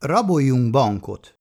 Raboljunk bankot!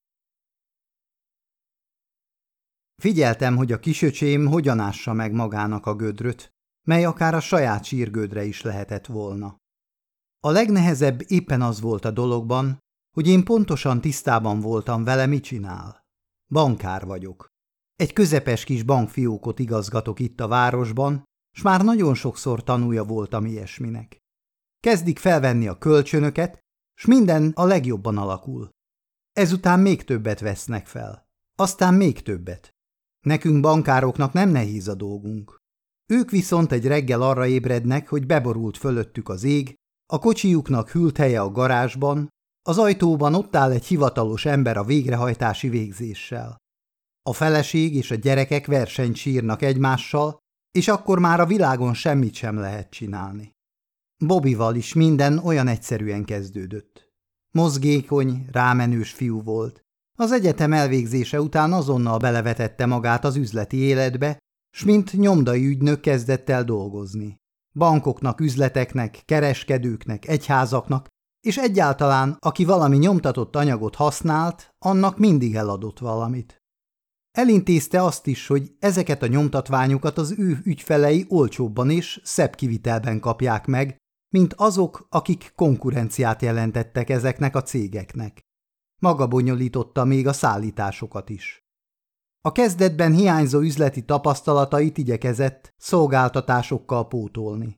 Figyeltem, hogy a kisöcsém hogyan ássa meg magának a gödröt, mely akár a saját sírgödre is lehetett volna. A legnehezebb éppen az volt a dologban, hogy én pontosan tisztában voltam vele, mit csinál. Bankár vagyok. Egy közepes kis bankfiókot igazgatok itt a városban, s már nagyon sokszor tanúja voltam ilyesminek. Kezdik felvenni a kölcsönöket, s minden a legjobban alakul. Ezután még többet vesznek fel. Aztán még többet. Nekünk bankároknak nem nehéz a dolgunk. Ők viszont egy reggel arra ébrednek, hogy beborult fölöttük az ég, a kocsijuknak hűlt helye a garázsban, az ajtóban ott áll egy hivatalos ember a végrehajtási végzéssel. A feleség és a gyerekek versenyt sírnak egymással, és akkor már a világon semmit sem lehet csinálni. Bobbyval is minden olyan egyszerűen kezdődött. Mozgékony, rámenős fiú volt. Az egyetem elvégzése után azonnal belevetette magát az üzleti életbe, s mint nyomdai ügynök kezdett el dolgozni. Bankoknak, üzleteknek, kereskedőknek, egyházaknak, és egyáltalán, aki valami nyomtatott anyagot használt, annak mindig eladott valamit. Elintézte azt is, hogy ezeket a nyomtatványokat az ő ügyfelei olcsóbban és szebb kivitelben kapják meg, mint azok, akik konkurenciát jelentettek ezeknek a cégeknek. Maga bonyolította még a szállításokat is. A kezdetben hiányzó üzleti tapasztalatait igyekezett szolgáltatásokkal pótolni.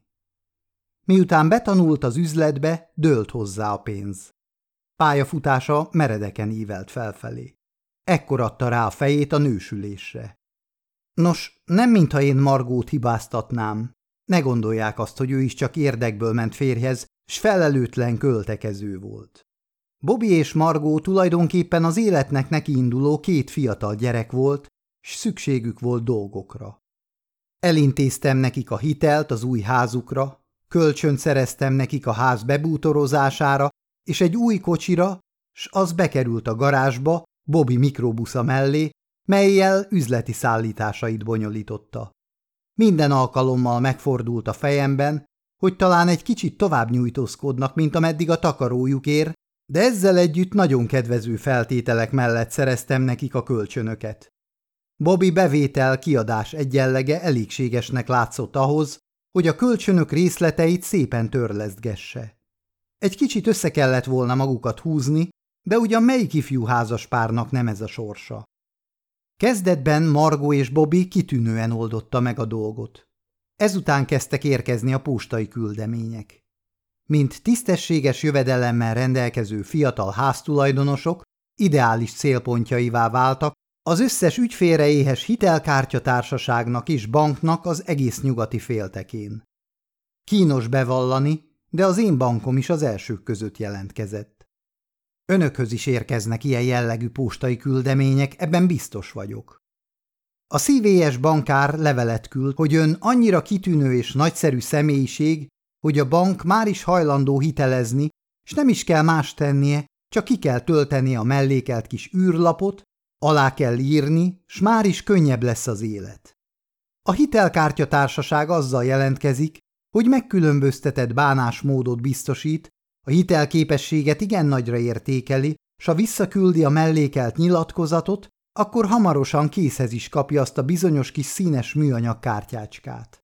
Miután betanult az üzletbe, dőlt hozzá a pénz. Pályafutása meredeken ívelt felfelé. Ekkor adta rá a fejét a nősülésre. Nos, nem mintha én Margót hibáztatnám. Ne gondolják azt, hogy ő is csak érdekből ment férjhez, s felelőtlen költekező volt. Bobby és Margó tulajdonképpen az életnek nekiinduló két fiatal gyerek volt, s szükségük volt dolgokra. Elintéztem nekik a hitelt az új házukra, kölcsönt szereztem nekik a ház bebútorozására, és egy új kocsira, s az bekerült a garázsba Bobby mikrobusza mellé, mellyel üzleti szállításait bonyolította. Minden alkalommal megfordult a fejemben, hogy talán egy kicsit tovább nyújtózkodnak, mint ameddig a takarójuk ér, de ezzel együtt nagyon kedvező feltételek mellett szereztem nekik a kölcsönöket. Bobby bevétel-kiadás egyenlege elégségesnek látszott ahhoz, hogy a kölcsönök részleteit szépen törlesztgesse. Egy kicsit össze kellett volna magukat húzni, de ugyan melyik ifjú házaspárnak nem ez a sorsa. Kezdetben Margó és Bobby kitűnően oldotta meg a dolgot. Ezután kezdtek érkezni a postai küldemények. Mint tisztességes jövedelemmel rendelkező fiatal háztulajdonosok ideális célpontjaivá váltak az összes ügyfélre éhes hitelkártyatársaságnak és banknak az egész nyugati féltekén. Kínos bevallani, de az én bankom is az elsők között jelentkezett. Önökhöz is érkeznek ilyen jellegű postai küldemények, ebben biztos vagyok. A CVS bankár levelet küld, hogy ön annyira kitűnő és nagyszerű személyiség, hogy a bank már is hajlandó hitelezni, és nem is kell más tennie, csak ki kell tölteni a mellékelt kis űrlapot, alá kell írni, s már is könnyebb lesz az élet. A hitelkártyatársaság azzal jelentkezik, hogy megkülönböztetett bánásmódot biztosít, a hitelképességet igen nagyra értékeli, s ha visszaküldi a mellékelt nyilatkozatot, akkor hamarosan készhez is kapja azt a bizonyos kis színes műanyag kártyácskát.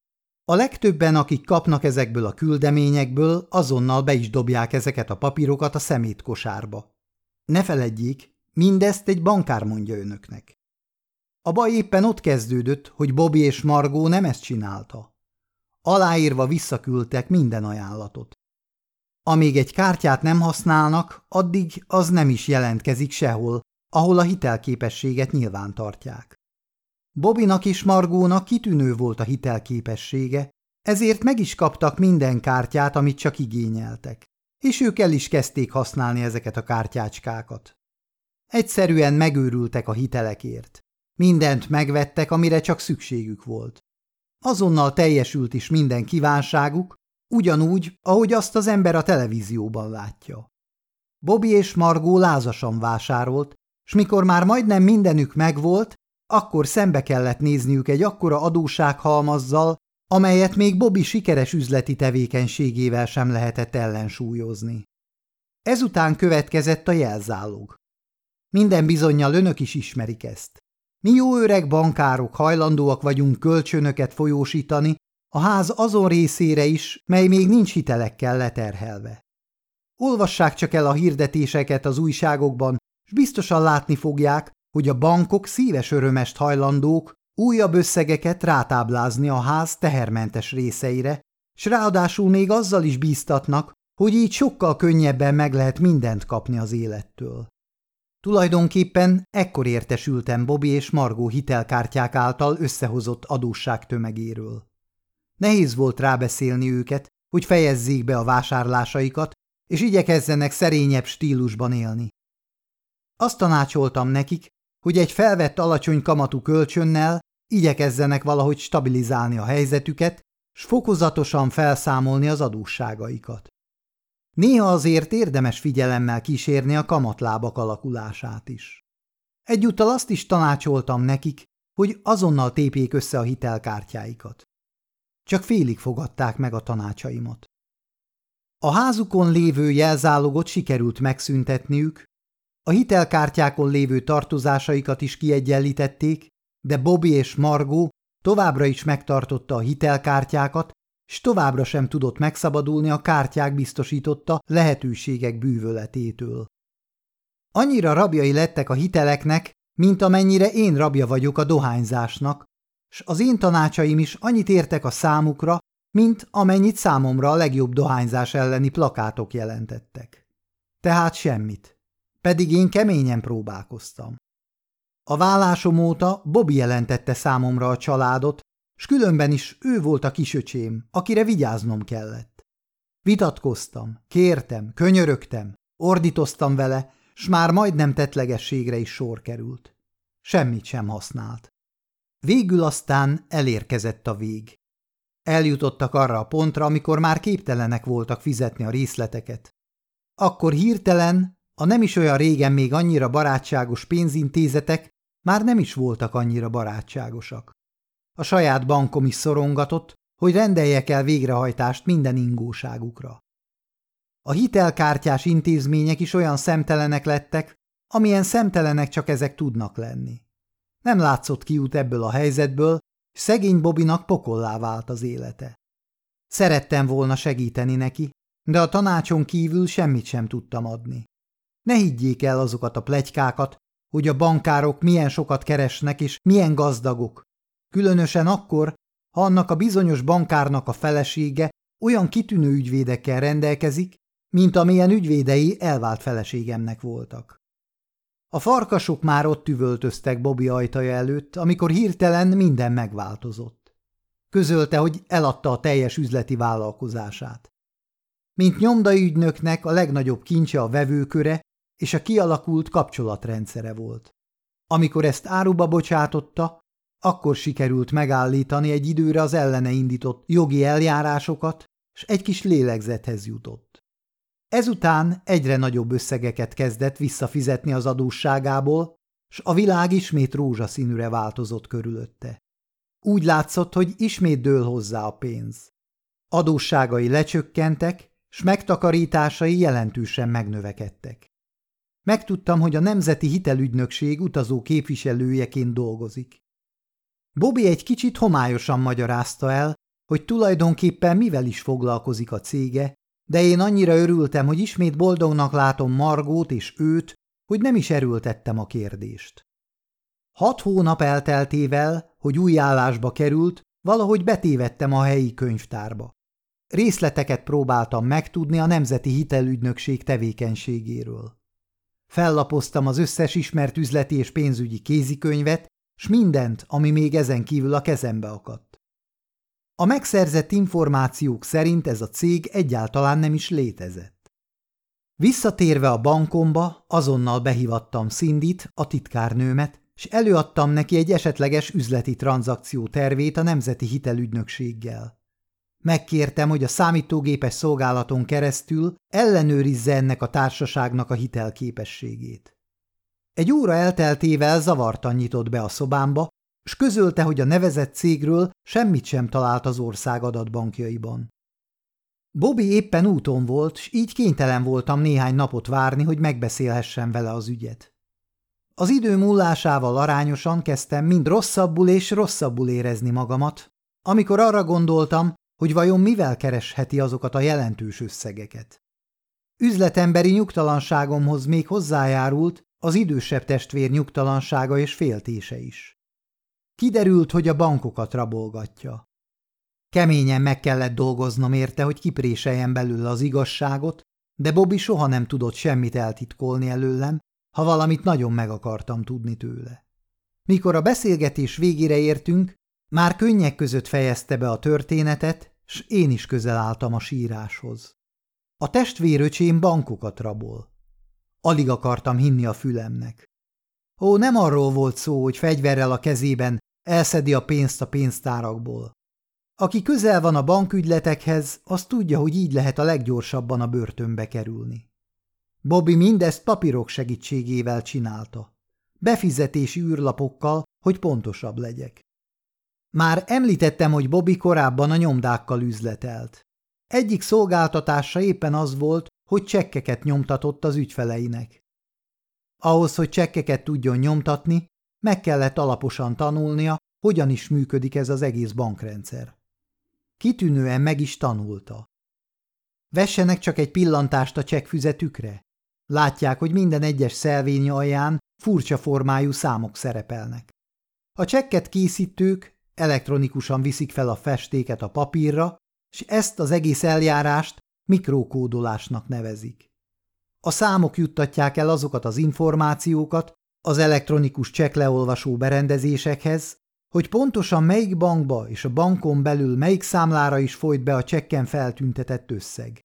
A legtöbben, akik kapnak ezekből a küldeményekből, azonnal be is dobják ezeket a papírokat a szemétkosárba. Ne feledjék, mindezt egy bankár mondja önöknek. A baj éppen ott kezdődött, hogy Bobby és Margó nem ezt csinálta. Aláírva visszaküldtek minden ajánlatot. Amíg egy kártyát nem használnak, addig az nem is jelentkezik sehol, ahol a hitelképességet nyilvántartják. Bobbynak és Margónak kitűnő volt a hitelképessége, ezért meg is kaptak minden kártyát, amit csak igényeltek, és ők el is kezdték használni ezeket a kártyácskákat. Egyszerűen megőrültek a hitelekért. Mindent megvettek, amire csak szükségük volt. Azonnal teljesült is minden kívánságuk, ugyanúgy, ahogy azt az ember a televízióban látja. Bobby és Margó lázasan vásárolt, s mikor már majdnem mindenük megvolt, akkor szembe kellett nézniük egy akkora adóssághalmazzal, amelyet még Bobby sikeres üzleti tevékenységével sem lehetett ellensúlyozni. Ezután következett a jelzálog. Minden bizonnyal önök is ismerik ezt. Mi jó öreg bankárok hajlandóak vagyunk kölcsönöket folyósítani a ház azon részére is, mely még nincs hitelekkel leterhelve. Olvassák csak el a hirdetéseket az újságokban, s biztosan látni fogják, hogy a bankok szíves örömest hajlandók újabb összegeket rátáblázni a ház tehermentes részeire, s ráadásul még azzal is bíztatnak, hogy így sokkal könnyebben meg lehet mindent kapni az élettől. Tulajdonképpen ekkor értesültem Bobby és Margó hitelkártyák által összehozott adósság tömegéről. Nehéz volt rábeszélni őket, hogy fejezzék be a vásárlásaikat, és igyekezzenek szerényebb stílusban élni. Azt tanácsoltam nekik, hogy egy felvett alacsony kamatú kölcsönnel igyekezzenek valahogy stabilizálni a helyzetüket, s fokozatosan felszámolni az adósságaikat. Néha azért érdemes figyelemmel kísérni a kamatlábak alakulását is. Egyúttal azt is tanácsoltam nekik, hogy azonnal tépjék össze a hitelkártyáikat. Csak félig fogadták meg a tanácsaimat. A házukon lévő jelzálogot sikerült megszüntetniük, a hitelkártyákon lévő tartozásaikat is kiegyenlítették, de Bobby és Margó továbbra is megtartotta a hitelkártyákat, s továbbra sem tudott megszabadulni a kártyák biztosította lehetőségek bűvöletétől. Annyira rabjai lettek a hiteleknek, mint amennyire én rabja vagyok a dohányzásnak, s az én tanácsaim is annyit értek a számukra, mint amennyit számomra a legjobb dohányzás elleni plakátok jelentettek. Tehát semmit. Pedig én keményen próbálkoztam. A vállásom óta Bobby jelentette számomra a családot, s különben is ő volt a kisöcsém, akire vigyáznom kellett. Vitatkoztam, kértem, könyörögtem, ordítoztam vele, s már majdnem tettlegességre is sor került. Semmit sem használt. Végül aztán elérkezett a vég. Eljutottak arra a pontra, amikor már képtelenek voltak fizetni a részleteket. Akkor hirtelen a nem is olyan régen még annyira barátságos pénzintézetek már nem is voltak annyira barátságosak. A saját bankom is szorongatott, hogy rendeljek el végrehajtást minden ingóságukra. A hitelkártyás intézmények is olyan szemtelenek lettek, amilyen szemtelenek csak ezek tudnak lenni. Nem látszott kiút ebből a helyzetből, és szegény Bobbynak pokollá vált az élete. Szerettem volna segíteni neki, de a tanácson kívül semmit sem tudtam adni. Ne higgyék el azokat a pletykákat, hogy a bankárok milyen sokat keresnek és milyen gazdagok, különösen akkor, ha annak a bizonyos bankárnak a felesége olyan kitűnő ügyvédekkel rendelkezik, mint amilyen ügyvédei elvált feleségemnek voltak. A farkasok már ott üvöltöztek Bobby ajtaja előtt, amikor hirtelen minden megváltozott. Közölte, hogy eladta a teljes üzleti vállalkozását. Mint nyomdaügynöknek a legnagyobb kincse a vevőköre és a kialakult kapcsolatrendszere volt. Amikor ezt áruba bocsátotta, akkor sikerült megállítani egy időre az ellene indított jogi eljárásokat, s egy kis lélegzethez jutott. Ezután egyre nagyobb összegeket kezdett visszafizetni az adósságából, s a világ ismét rózsaszínűre változott körülötte. Úgy látszott, hogy ismét dől hozzá a pénz. Adósságai lecsökkentek, s megtakarításai jelentősen megnövekedtek. Megtudtam, hogy a Nemzeti Hitelügynökség utazó képviselőjeként dolgozik. Bobby egy kicsit homályosan magyarázta el, hogy tulajdonképpen mivel is foglalkozik a cége, de én annyira örültem, hogy ismét boldognak látom Margót és őt, hogy nem is erőltettem a kérdést. 6 hónap elteltével, hogy új állásba került, valahogy betévedtem a helyi könyvtárba. Részleteket próbáltam megtudni a Nemzeti Hitelügynökség tevékenységéről. Fellapoztam az összes ismert üzleti és pénzügyi kézikönyvet, s mindent, ami még ezen kívül a kezembe akadt. A megszerzett információk szerint ez a cég egyáltalán nem is létezett. Visszatérve a bankomba, azonnal behívattam Cindyt, a titkárnőmet, s előadtam neki egy esetleges üzleti tranzakció tervét a Nemzeti Hitelügynökséggel. Megkértem, hogy a számítógépes szolgálaton keresztül ellenőrizze ennek a társaságnak a hitelképességét. Egy óra elteltével zavartan nyitott be a szobámba, s közölte, hogy a nevezett cégről semmit sem talált az ország adatbankjaiban. Bobby éppen úton volt, s így kénytelen voltam néhány napot várni, hogy megbeszélhessem vele az ügyet. Az idő múlásával arányosan kezdtem mind rosszabbul és rosszabbul érezni magamat, amikor arra gondoltam, hogy vajon mivel keresheti azokat a jelentős összegeket. Üzletemberi nyugtalanságomhoz még hozzájárult az idősebb testvér nyugtalansága és féltése is. Kiderült, hogy a bankokat rabolgatja. Keményen meg kellett dolgoznom érte, hogy kipréseljem belőle az igazságot, de Bobby soha nem tudott semmit eltitkolni előlem, ha valamit nagyon meg akartam tudni tőle. Mikor a beszélgetés végére értünk, már könnyek között fejezte be a történetet, s én is közel álltam a síráshoz. A testvéröcsém bankokat rabol. Alig akartam hinni a fülemnek. Ó, nem arról volt szó, hogy fegyverrel a kezében elszedi a pénzt a pénztárakból. Aki közel van a bankügyletekhez, az tudja, hogy így lehet a leggyorsabban a börtönbe kerülni. Bobby mindezt papírok segítségével csinálta. Befizetési űrlapokkal, hogy pontosabb legyek. Már említettem, hogy Bobby korábban a nyomdákkal üzletelt. Egyik szolgáltatása éppen az volt, hogy csekkeket nyomtatott az ügyfeleinek. Ahhoz, hogy csekkeket tudjon nyomtatni, meg kellett alaposan tanulnia, hogyan is működik ez az egész bankrendszer. Kitűnően meg is tanulta. Vessenek csak egy pillantást a csekkfüzetükre. Látják, hogy minden egyes szelvény alján furcsa formájú számok szerepelnek. A csekket készítők elektronikusan viszik fel a festéket a papírra, és ezt az egész eljárást mikrokódolásnak nevezik. A számok juttatják el azokat az információkat az elektronikus csekkleolvasó berendezésekhez, hogy pontosan melyik bankba és a bankon belül melyik számlára is folyt be a csekken feltüntetett összeg.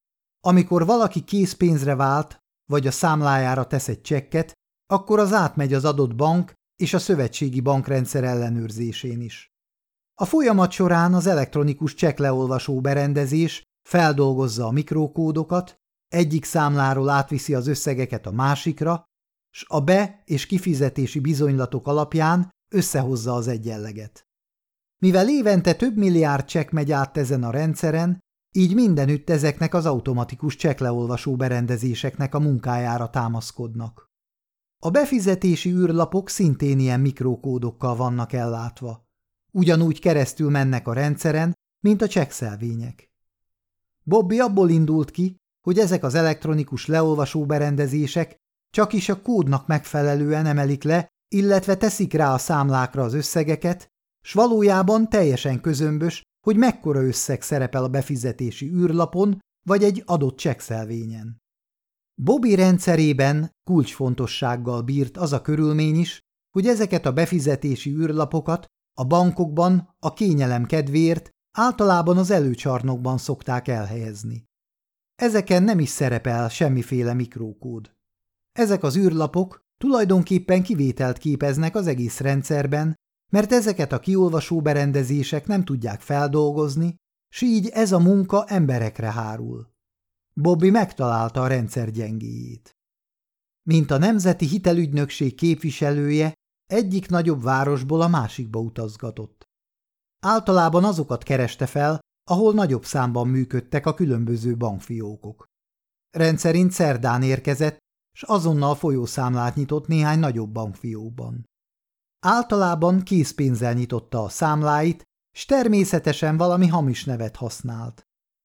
Amikor valaki készpénzre vált, vagy a számlájára tesz egy csekket, akkor az átmegy az adott bank és a szövetségi bankrendszer ellenőrzésén is. A folyamat során az elektronikus csekkleolvasó berendezés feldolgozza a mikrokódokat, egyik számláról átviszi az összegeket a másikra, s a be- és kifizetési bizonylatok alapján összehozza az egyenleget. Mivel évente több milliárd csekk megy át ezen a rendszeren, így mindenütt ezeknek az automatikus csekkleolvasó berendezéseknek a munkájára támaszkodnak. A befizetési űrlapok szintén ilyen mikrokódokkal vannak ellátva. Ugyanúgy keresztül mennek a rendszeren, mint a csekkszelvények. Bobby abból indult ki, hogy ezek az elektronikus leolvasó berendezések csak is a kódnak megfelelően emelik le, illetve teszik rá a számlákra az összegeket, s valójában teljesen közömbös, hogy mekkora összeg szerepel a befizetési űrlapon vagy egy adott csekkszelvényen. Bobby rendszerében kulcsfontossággal bírt az a körülmény is, hogy ezeket a befizetési űrlapokat a bankokban a kényelem kedvéért általában az előcsarnokban szokták elhelyezni. Ezeken nem is szerepel semmiféle mikrokód. Ezek az űrlapok tulajdonképpen kivételt képeznek az egész rendszerben, mert ezeket a kiolvasó berendezések nem tudják feldolgozni, s így ez a munka emberekre hárul. Bobby megtalálta a rendszer gyengéjét. Mint a Nemzeti Hitelügynökség képviselője, egyik nagyobb városból a másikba utazgatott. Általában azokat kereste fel, ahol nagyobb számban működtek a különböző bankfiókok. Rendszerint szerdán érkezett, s azonnal folyószámlát nyitott néhány nagyobb bankfiókban. Általában készpénzzel nyitotta a számláit, s természetesen valami hamis nevet használt.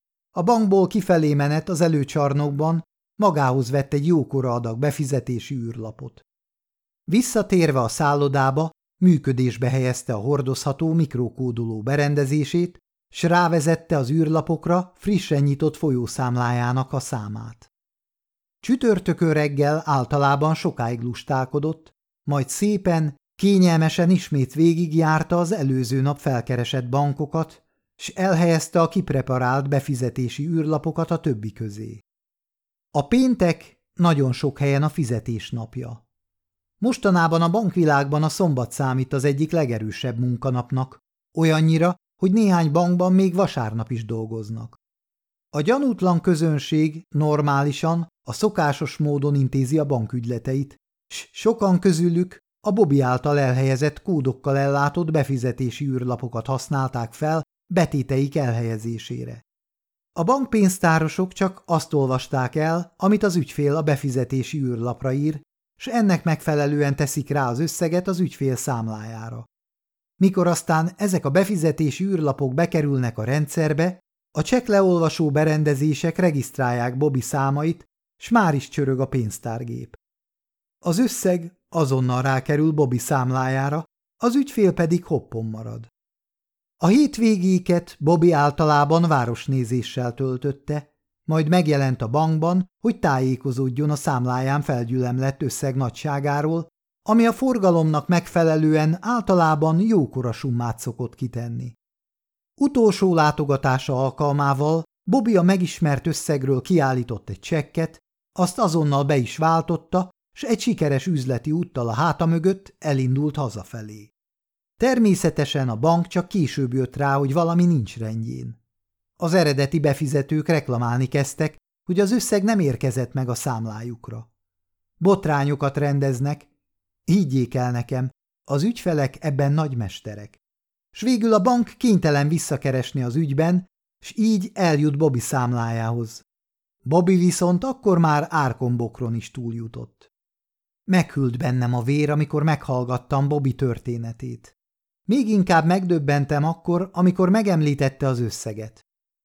A bankból kifelé menet az előcsarnokban magához vett egy jókora adag befizetési űrlapot. Visszatérve a szállodába, működésbe helyezte a hordozható mikrokódoló berendezését, s rávezette az űrlapokra frissen nyitott folyószámlájának a számát. Csütörtökön reggel általában sokáig lustálkodott, majd szépen, kényelmesen ismét végigjárta az előző nap felkeresett bankokat, s elhelyezte a kipreparált befizetési űrlapokat a többi közé. A péntek nagyon sok helyen a fizetés napja. Mostanában a bankvilágban a szombat számít az egyik legerősebb munkanapnak, olyannyira, hogy néhány bankban még vasárnap is dolgoznak. A gyanútlan közönség normálisan, a szokásos módon intézi a bankügyleteit, s sokan közülük a Bobby által elhelyezett kódokkal ellátott befizetési űrlapokat használták fel betéteik elhelyezésére. A bankpénztárosok csak azt olvasták el, amit az ügyfél a befizetési űrlapra ír, s ennek megfelelően teszik rá az összeget az ügyfél számlájára. Mikor aztán ezek a befizetési űrlapok bekerülnek a rendszerbe, a csekkleolvasó berendezések regisztrálják Bobby számait, s már is csörög a pénztárgép. Az összeg azonnal rákerül Bobby számlájára, az ügyfél pedig hoppon marad. A hétvégéket Bobby általában városnézéssel töltötte, majd megjelent a bankban, hogy tájékozódjon a számláján felgyülemlett összeg nagyságáról, ami a forgalomnak megfelelően általában jókora summát szokott kitenni. Utolsó látogatása alkalmával Bobby a megismert összegről kiállított egy csekket, azt azonnal be is váltotta, s egy sikeres üzleti úttal a háta mögött elindult hazafelé. Természetesen a bank csak később jött rá, hogy valami nincs rendjén. Az eredeti befizetők reklamálni kezdtek, hogy az összeg nem érkezett meg a számlájukra. Botrányokat rendeznek, higgyék el nekem, az ügyfelek ebben nagymesterek. S végül a bank kénytelen visszakeresni az ügyben, s így eljut Bobby számlájához. Bobby viszont akkor már árkombokron is túljutott. Meghűlt bennem a vér, amikor meghallgattam Bobby történetét. Még inkább megdöbbentem akkor, amikor megemlítette az összeget.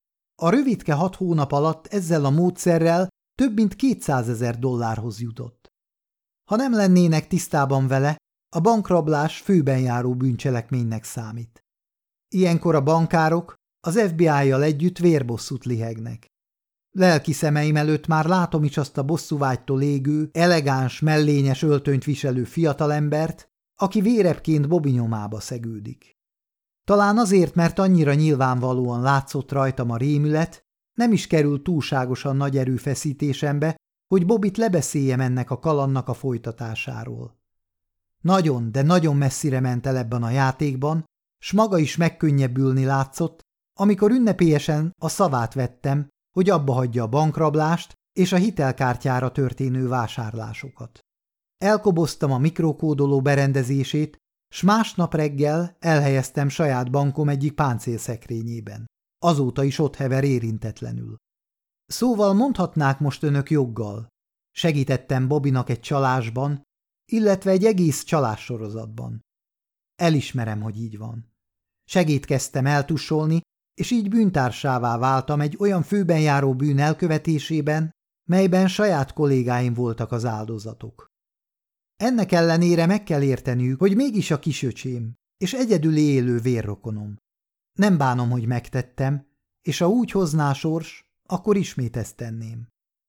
A rövidke 6 hónap alatt ezzel a módszerrel több mint $200,000 jutott. Ha nem lennének tisztában vele, a bankrablás főben járó bűncselekménynek számít. Ilyenkor a bankárok az FBI-jal együtt vérbosszút lihegnek. Lelki szemeim előtt már látom is azt a bosszúvágytól égő, elegáns, mellényes öltönyt viselő fiatalembert, aki vérebként Bobby nyomába szegődik. Talán azért, mert annyira nyilvánvalóan látszott rajtam a rémület, nem is került túlságosan nagy erőfeszítésembe, hogy Bobbyt lebeszéljem ennek a kalandnak a folytatásáról. Nagyon, de nagyon messzire ment el ebben a játékban, s maga is megkönnyebbülni látszott, amikor ünnepélyesen a szavát vettem, hogy abba hagyja a bankrablást és a hitelkártyára történő vásárlásokat. Elkoboztam a mikrokódoló berendezését, s másnap reggel elhelyeztem saját bankom egyik páncélszekrényében. Azóta is ott hever érintetlenül. Szóval mondhatnák most önök joggal. Segítettem Bobbynak egy csalásban, illetve egy egész csalássorozatban. Elismerem, hogy így van. Segítkeztem eltussolni, és így bűntársává váltam egy olyan főben járó bűn elkövetésében, melyben saját kollégáim voltak az áldozatok. Ennek ellenére meg kell érteniük, hogy mégis a kisöcsém, és egyedül élő vérrokonom. Nem bánom, hogy megtettem, és ha úgy hozná a sors, akkor ismét ezt tenném.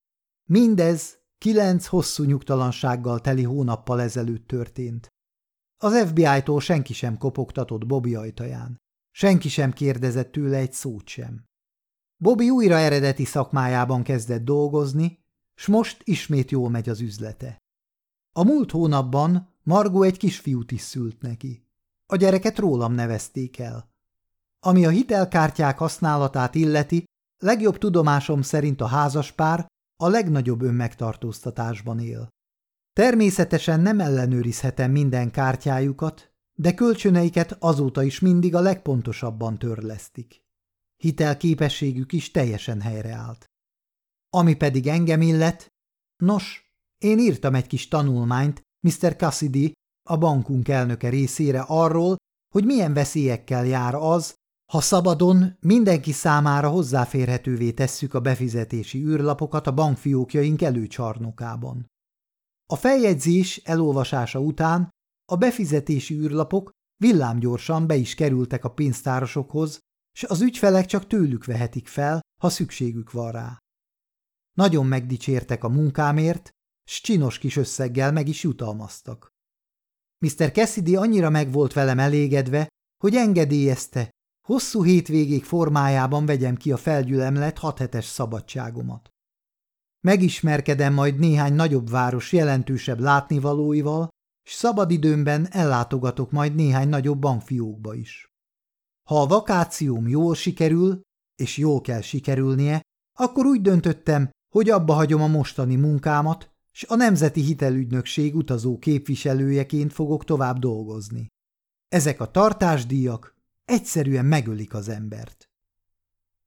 Mindez 9 hosszú nyugtalansággal teli hónappal ezelőtt történt. Az FBI-tól senki sem kopogtatott Bobby ajtaján. Senki sem kérdezett tőle egy szót sem. Bobby újra eredeti szakmájában kezdett dolgozni, s most ismét jól megy az üzlete. A múlt hónapban Margó egy kisfiút is szült neki. A gyereket rólam nevezték el. Ami a hitelkártyák használatát illeti, legjobb tudomásom szerint a házaspár a legnagyobb önmegtartóztatásban él. Természetesen nem ellenőrizhetem minden kártyájukat, de kölcsöneiket azóta is mindig a legpontosabban törlesztik. Hitelképességük is teljesen helyreállt. Ami pedig engem illet, nos, én írtam egy kis tanulmányt Mr. Cassidy, a bankunk elnöke részére arról, hogy milyen veszélyekkel jár az, ha szabadon mindenki számára hozzáférhetővé tesszük a befizetési űrlapokat a bankfiókjaink előcsarnokában. A feljegyzés elolvasása után a befizetési űrlapok villámgyorsan be is kerültek a pénztárosokhoz, s az ügyfelek csak tőlük vehetik fel, ha szükségük van rá. Nagyon megdicsértek a munkámért, s csinos kis összeggel meg is jutalmaztak. Mr. Cassidy annyira meg volt velem elégedve, hogy engedélyezte, hosszú hétvégék formájában vegyem ki a felgyülemlett 6 hetes szabadságomat. Megismerkedem majd néhány nagyobb város jelentősebb látnivalóival, s szabadidőmben ellátogatok majd néhány nagyobb bankfiókba is. Ha a vakációm jól sikerül, és jól kell sikerülnie, akkor úgy döntöttem, hogy abba hagyom a mostani munkámat, s a Nemzeti Hitelügynökség utazó képviselőjeként fogok tovább dolgozni. Ezek a tartásdíjak egyszerűen megölik az embert.